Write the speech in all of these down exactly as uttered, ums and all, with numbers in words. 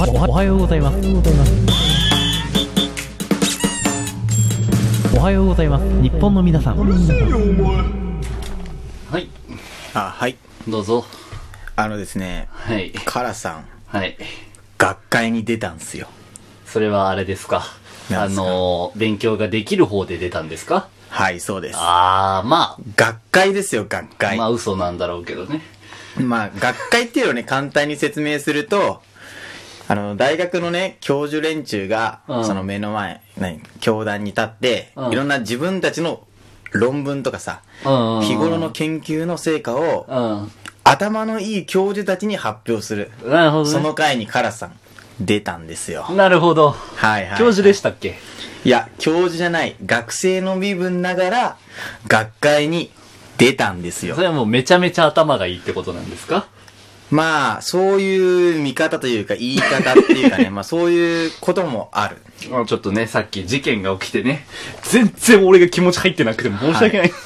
おはようございます。おはようございます。日本の皆さん。 うるせえよお前。 はい。 あ、はい。 どうぞ。 あのですね。 はい。 カラさん。 はい。 学会に出たんすよ。 それはあれですか。あのー、勉強ができる方で出たんですか？ はい、そうです。 あー、まあ。 学会ですよ、学会。 まあ嘘なんだろうけどね。 まあ、学会っていうのをね、簡単に説明すると、あの、大学のね、教授連中が、うん、その目の前、何、教壇に立って、うん、いろんな自分たちの論文とかさ、うん、日頃の研究の成果を、うん、頭のいい教授たちに発表する。 なるほどね。 その会にカラさん、出たんですよ。 なるほど。 はいはい、はい。 教授でしたっけ？ いや、教授じゃない。学生の身分ながら、学会に出たんですよ。 それはもうめちゃめちゃ頭がいいってことなんですか？ まあ、そういう見方というか言い方っていうかね、まあそういうこともある。 ちょっとね、さっき事件が起きてね、全然俺が気持ち入ってなくても申し訳ない。はい、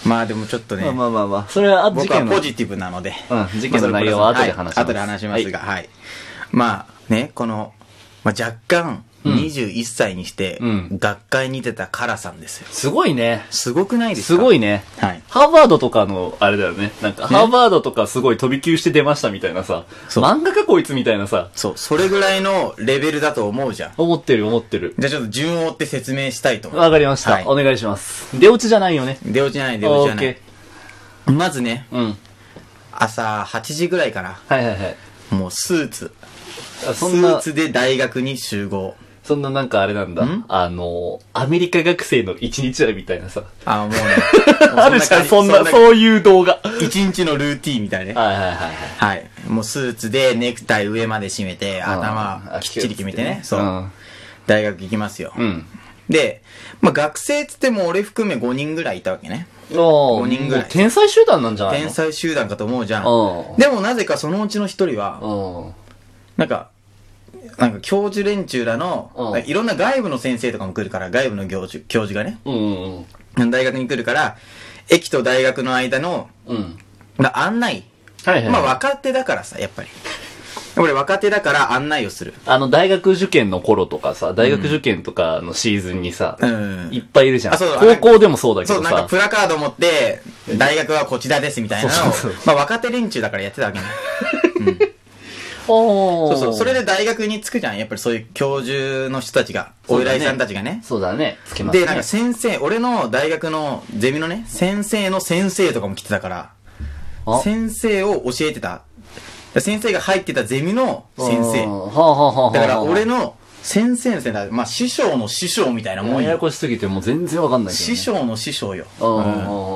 まあでもちょっとね。 まあまあまあまあ。それは事件の僕はポジティブなので。 うん、事件の内容は後で話します。 はい、後で話しますが、はい、はい。まあね、この、まあ若干、にじゅういっさいにして、学会に出たカラさんですよ。 すごいね。 すごくないですか？ すごいね。 はい。 ハーバードとかの、あれだよね。なんか、ハーバードとかすごい飛び級して出ましたみたいなさ。漫画かこいつみたいなさ。 そう。それぐらいのレベルだと思うじゃん。 思ってる思ってる。 じゃあちょっと順を追って説明したいと思う。 わかりました、はい。お願いします。出落ちじゃないよね。 出落ちじゃない、出落ちじゃない。まずね、 うん。 朝はちじぐらいかな。 はいはいはい。 もうスーツ。そんなスーツで大学に集合。 そんななんかあれなんだ。んあの、アメリカ学生の一日だみたいなさ。 あ、もうね。 あるじゃん、そんな、そういう動画。 一日のルーティーンみたいなね。 はいはいはい。 はい。もうスーツでネクタイ上まで締めて、頭きっちり決めてね。そう。大学行きますよ。 うん。 で、まあ学生つっても俺含めごにんぐらいいたわけね。 ごにんぐらい。天才集団なんじゃないの？ 天才集団かと思うじゃん。でもなぜかそのうちの一人は、なんか、なんか教授連中らの、うん、いろんな外部の先生とかも来るから、外部の教授、教授がね、 うんうんうん、 大学に来るから、駅と大学の間の、うん、案内、 はいはい、 まあ若手だからさ、やっぱり。俺若手だから案内をする。 あの、大学受験の頃とかさ、大学受験とかのシーズンにさ、うん、いっぱいいるじゃん。あ、そうだ。高校でもそうだけどさ。そう、 なんかプラカード持って、大学はこちらですみたいなのを、そうそうそうまあ若手連中だからやってたわけね。うんそうそう。それで大学に着くじゃん。やっぱりそういう教授の人たちが、お偉いさんたちがね。 そうだね。つけますね。 で、なんか先生、俺の大学のゼミのね、先生の先生とかも来てたから、先生を教えてた。先生が入ってたゼミの先生。だから俺の先生の先生、まあ師匠の師匠みたいなもんよ。 ややこしすぎてもう全然わかんないけど、 ね。師匠の師匠よ。うん、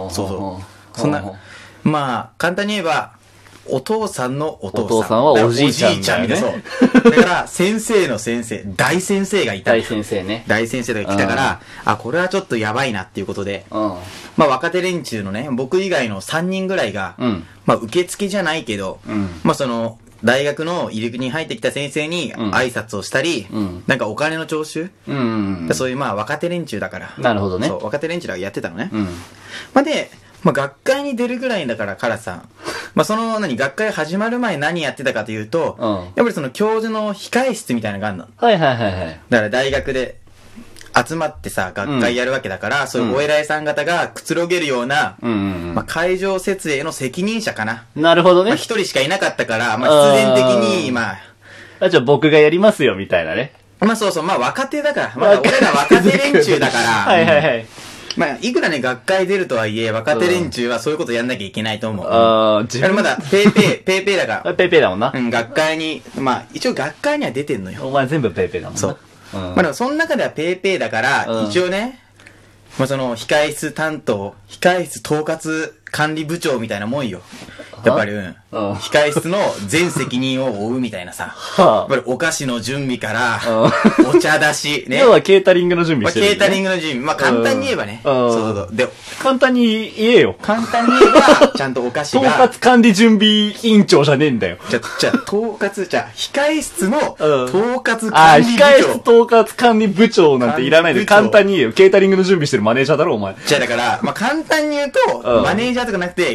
そうそう。そんな、まあ、簡単に言えば、お父さんのお父さん。 お父さんはおじいちゃんだよね。 そう。だから、先生の先生、大先生がいた。 大先生ね。 大先生が来たから、あ、これはちょっとやばいなっていうことで、 うん、 まあ若手連中のね、僕以外のさんにんぐらいが、うん、まあ受付じゃないけど、うん、まあその、大学の入り口に入ってきた先生に挨拶をしたり、うん、なんかお金の徴収、 うんうんうん、 そういうまあ若手連中だから。 なるほどね。 そう、若手連中がやってたのね。 うん、 まあで、まあ学会に出るぐらいだからカラさん。まあその何、学会始まる前何やってたかというと、うん、やっぱりその教授の控え室みたいなのがあるの。 はいはいはいはい。 だから大学で集まってさ、学会やるわけだから、うん、そういうお偉いさん方がくつろげるような、 うんうんうん、 まあ会場設営の責任者かな。 なるほどね。 まあ一人しかいなかったから、まあ必然的に、まあ。 あ、じゃあ僕がやりますよみたいなね。 まあそうそう、まあ若手だから、まあ俺ら若手連中だから。 はいはいはい。 まあ、いくらね、学会出るとはいえ、若手連中はそういうことやんなきゃいけないと思う。 ああ、 自分まだ、ペーペー、ペーペーだから。 ペーペーだもんな。 うん、学会に、まあ、一応学会には出てんのよ。 お前全部ペーペーだもんな。 そう。うん、まあでも、その中ではペーペーだから、うん、一応ね、まあその、控室担当、控室統括管理部長みたいなもんよ。やっぱり、うん。控室の全責任を負うみたいなさ。やっぱりお菓子の準備から、お茶出し、ね。 要はケータリングの準備してる、 ね。まあ、ケータリングの準備。まあ簡単に言えばね。そうそうそう。で、 簡単に言えよ。 簡単に言えば、ちゃんとお菓子が。 統括管理準備委員長じゃねえんだよ。 じゃ、じゃ、統括、じゃ、控室の統括管理部長。あ、控室統括管理部長なんていらないで、簡単に言えよ。ケータリングの準備してるマネージャーだろ、お前。 じゃ、だから、まあ簡単に言うと、マネージャーとかなくて、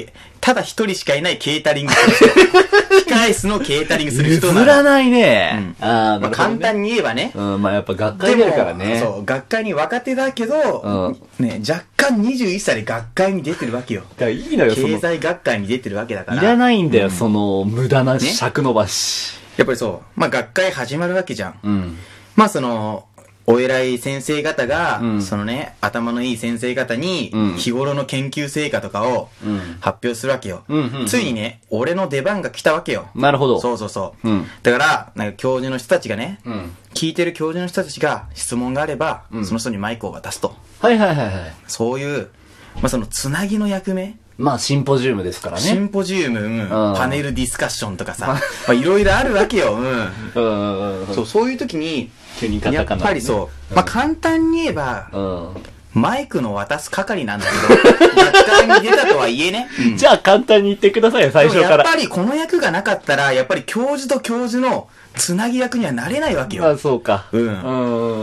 ただ一人しかいないケータリング控え室のケータリングする人なの。 譲らないね。 うん、ああ、まあ、簡単に言えばね。 うん、まあやっぱ学会だからね。 そう、学会に若手だけど、うん、ね、若干にじゅういっさいで学会に出てるわけよ。 だからいいのよ、 経済学会に出てるわけだから。 いらないんだよ、うん、その、無駄な尺伸ばし、 ね。やっぱりそう、まあ学会始まるわけじゃん。 うん。 まあその、お偉い先生方が、うん、そのね、頭のいい先生方に、日頃の研究成果とかを発表するわけよ。うんうんうん、ついにね、俺の出番が来たわけよ。 なるほど。 そうそうそう。うん、だから、なんか教授の人たちがね、うん、聞いてる教授の人たちが質問があれば、うん、その人にマイクを渡すと。 はいはいはいはい。 そういう、まあそのつなぎの役目。 まあシンポジウムですからね。 シンポジウム、うん、パネルディスカッションとかさ、まあいろいろあるわけよ。うん。うんそう、そういう時に、やっぱりそう、まあ簡単に言えば、うん、マイクの渡す係なんだけど、学会に出たとはいえね。 うん、じゃあ簡単に言ってくださいよ、最初から。 やっぱりこの役がなかったら、やっぱり教授と教授のつなぎ役にはなれないわけよ。 あ、そうか。うん。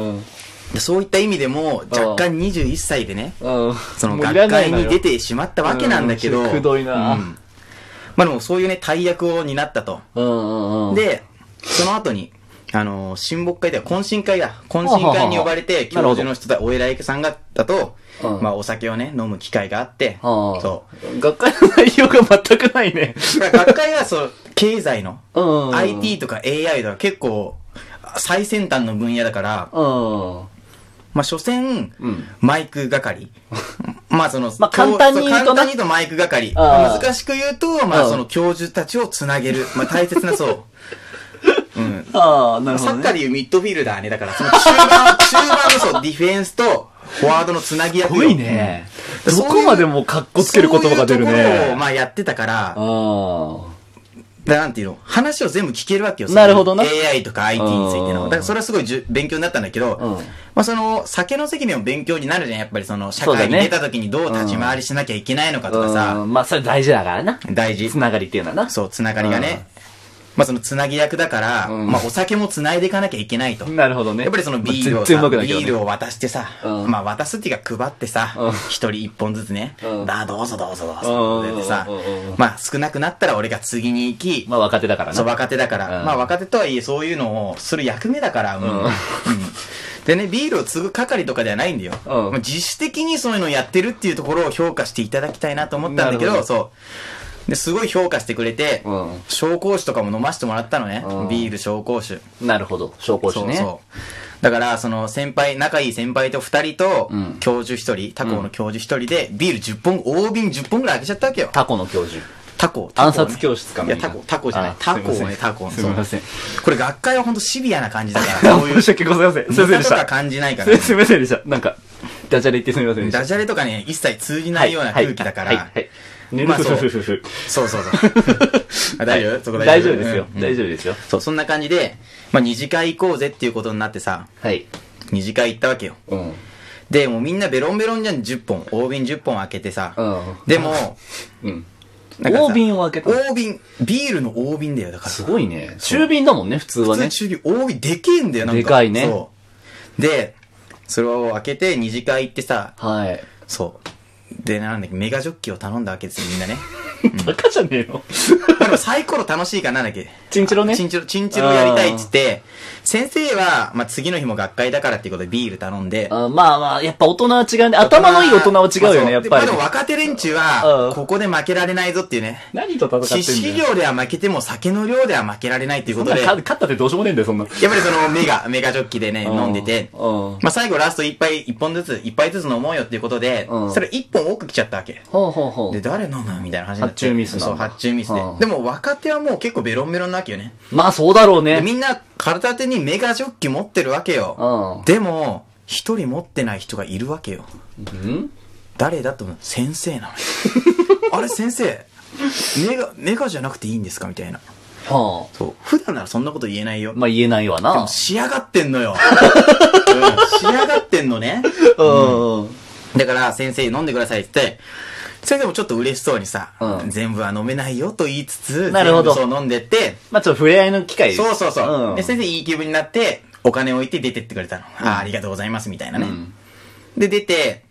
うんそういった意味でも、若干にじゅういっさいでね、その学会に出てしまったわけなんだけど、 くどいな、うん、 まあでもそういうね、大役を担ったと。で、その後に、あのー、親睦会では懇親会だ。懇親会に呼ばれて、教授の人だ、お偉いさん方と、まあお酒をね、飲む機会があって、 そう。学会の内容が全くないね。 学会はそう、経済の、アイティー とか エーアイ とか結構、最先端の分野だから、まあ、所詮、うん、マイク係。まあ、その、 まあ、簡単に言うと、 簡単に言うとマイク係。難しく言うと、まあ、その教授たちをつなげる。まあ、大切なそう。うん。 ああ、なるほど、ね。 サッカーでいうミッドフィルダーね。だから、その中盤、中盤のそう、ディフェンスと、フォワードのつなぎ役。 すごいね。どこまでもカッコつける言葉が出るね。そういうところを、まあ、やってたから、ああ。だなんていうの話を全部聞けるわけよ。 なるほどな。 エーアイ とか アイティー についての。だからそれはすごいじゅ勉強になったんだけど、うん、まあその、酒の席でも勉強になるじゃん。やっぱりその、社会に出た時にどう立ち回りしなきゃいけないのかとかさ。 うんうん、まあそれ大事だからな。 大事。 つながりっていうのはな。 そう、つながりがね。まあそのつなぎ役だから、うん、まあお酒もつないでいかなきゃいけないと。 なるほどね。 やっぱりそのビールをさ、まあ、ビールを渡してさ、うん、まあ渡すっていうか配ってさ、一、うん、人一本ずつね、うん、だどうぞどうぞどうぞってさ、まあ少なくなったら俺が次に行き、 まあ若手だからね。 そう若手だから、うん、まあ若手とはいえそういうのをする役目だから、うんうんうん、でね、ビールを継ぐ係とかではないんだよ。うん、自主的にそういうのをやってるっていうところを評価していただきたいなと思ったんだけど、どそう。ですごい評価してくれて、うん、紹興酒とかも飲ませてもらったのね、うん、ビール紹興酒。 なるほど、紹興酒ね。そうそう。 だからその先輩、仲いい先輩と二人と、うん、教授一人、他校の教授一人でビールじゅっぽん、大瓶じゅっぽんぐらい開けちゃったわけよ。 他校の教授。 他校、 暗殺教室かな。 いや、他校、他校じゃない。他校ね、他校。 すみません。 これ学会はほんとシビアな感じだから。 申し訳ございません。すみませんでした。 とか感じないから。 すみませんでした。なんか、ダジャレ言ってすみませんでした。 ダジャレとかね、一切通じないような空気だから。はい、はい、はい。 まあそうそうそうそうそう大丈夫そこ大丈夫ですよ、うん、大丈夫ですよ。 そうそんな感じで、まあ、二次会行こうぜっていうことになってさ、 はい、 二次会行ったわけよ、うん、でもうみんなベロンベロンじゃん。じゅっぽん大瓶じゅっぽん開けてさ、うん、でも、 うん、大瓶を開けた。 大瓶ビールの大瓶だよ。だからすごいね。中瓶だもんね普通はね。 普通中瓶大瓶でけえんだよ。なんかでかいね。 そうでそれを開けて二次会行ってさ、 はい、 そうで、なんだっけ、メガジョッキを頼んだわけですよ、みんなね。 バカじゃねえの。 でもサイコロ楽しいかなんだっけ。 チンチロね。 チンチロ、チンチロやりたいっつって、先生は、まあ、次の日も学会だからっていうことでビール頼んで。 あまあまあ、やっぱ大人は違うね。頭のいい大人は違うよね、やっぱり。 でも若手連中は、ここで負けられないぞっていうね。 何と戦ってんだよ。 致死量では負けても酒の量では負けられないっていうことで。 勝ったってどうしようもねえんだよ、そんな。 やっぱりそのメガ、メガジョッキでね、飲んでて。まあ最後ラスト一杯、一本ずつ、一杯ずつ飲もうよっていうことで、それ一本多く来ちゃったわけ。 ほうほうほう。 で、誰飲むみたいな話になって。 発注ミスそう、発注ミスで。でも若手はもう結構ベロンベロンなわけよね。 まあそうだろうね。 みんな体手にメガジョッキ持ってるわけよ。でも、一人持ってない人がいるわけよ。 ん誰だと思う？先生なのよ。あれ先生、メガ、メガじゃなくていいんですかみたいな。 はあ。 そう。普段ならそんなこと言えないよ。 まあ言えないわな。 でも仕上がってんのよ。うん、仕上がってんのね。 うん。 だから先生飲んでくださいって言って、それでもちょっと嬉しそうにさ、うん、全部は飲めないよと言いつつ、 なるほど。 そう飲んでって、 まあちょっと触れ合いの機会。 そうそうそう。うん、で先生いい気分になって、お金を置いて出てってくれたの。うん、ああ、ありがとうございますみたいなね。うん、で、出て、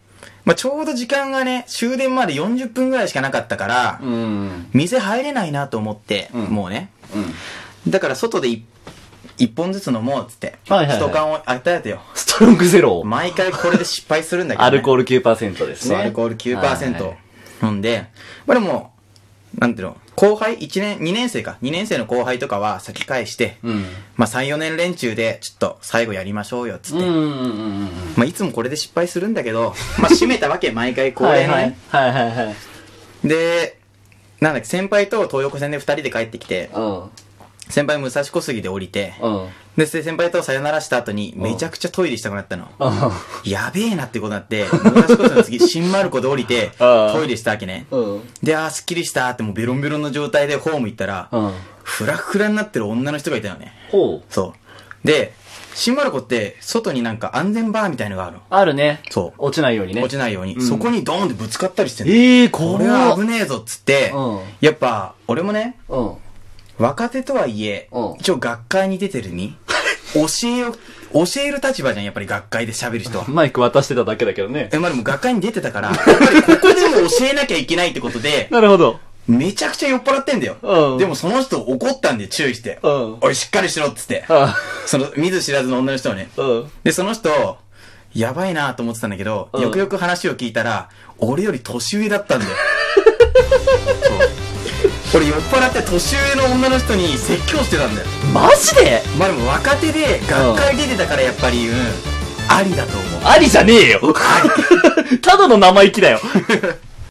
まあ、ちょうど時間がね、終電までよんじゅっぷんぐらいしかなかったから、うん、店入れないなと思って、うん、もうね、うん。だから外で一一本ずつ飲もうっつって、はいはいはい、スト缶を与えてよ。 ストロングゼロを毎回これで失敗するんだけど、ね、 アルコール きゅうパーセント ですね。 そう、アルコール きゅうパーセント 飲んで、まあでも、なんていうの、後輩いちねん、にねん生か。にねん生の後輩とかは先返して、うん、まあさん、よねん連中でちょっと最後やりましょうよっつって。まあいつもこれで失敗するんだけど、まあ締めたわけ、毎回恒例のね。はいはい、はいはいはい。で、なんだっけ、先輩と東横線でふたりで帰ってきて、うん、先輩武蔵小杉で降りて、うん、で、先輩とさよならした後にめちゃくちゃトイレしたくなったの。うん、やべえなってことになって、武蔵小杉の次、新丸子で降りて、トイレしたわけね。うん、で、あー、すっきりしたってもうベロンベロンの状態でホーム行ったら、うん、フラフラになってる女の人がいたよね。ほう。そう。で、新丸子って外になんか安全バーみたいのがあるの。 あるね。 そう。 落ちないようにね。 落ちないように。うん、そこにドーンってぶつかったりしてんの。 ええー、これは危ねえぞっつって、うん、やっぱ、俺もね、うん若手とはいえ、うん、一応学会に出てるに、教えを、教える立場じゃん、やっぱり学会で喋る人は。 マイク渡してただけだけどね。 え、まあでも学会に出てたから、やっぱりここでも教えなきゃいけないってことで、 なるほど。 めちゃくちゃ酔っ払ってんだよ。うん、でもその人怒ったんで注意して、うん、おいしっかりしろっつって、うん、その見ず知らずの女の人はね、うん、で、その人、やばいなと思ってたんだけど、うん、よくよく話を聞いたら、俺より年上だったんだよ。そう俺酔っ払って年上の女の人に説教してたんだよ。 マジで？ まあでも若手で学会出てたからやっぱり、うん、ありだと思う。 ありじゃねえよ。ただの生意気だよ。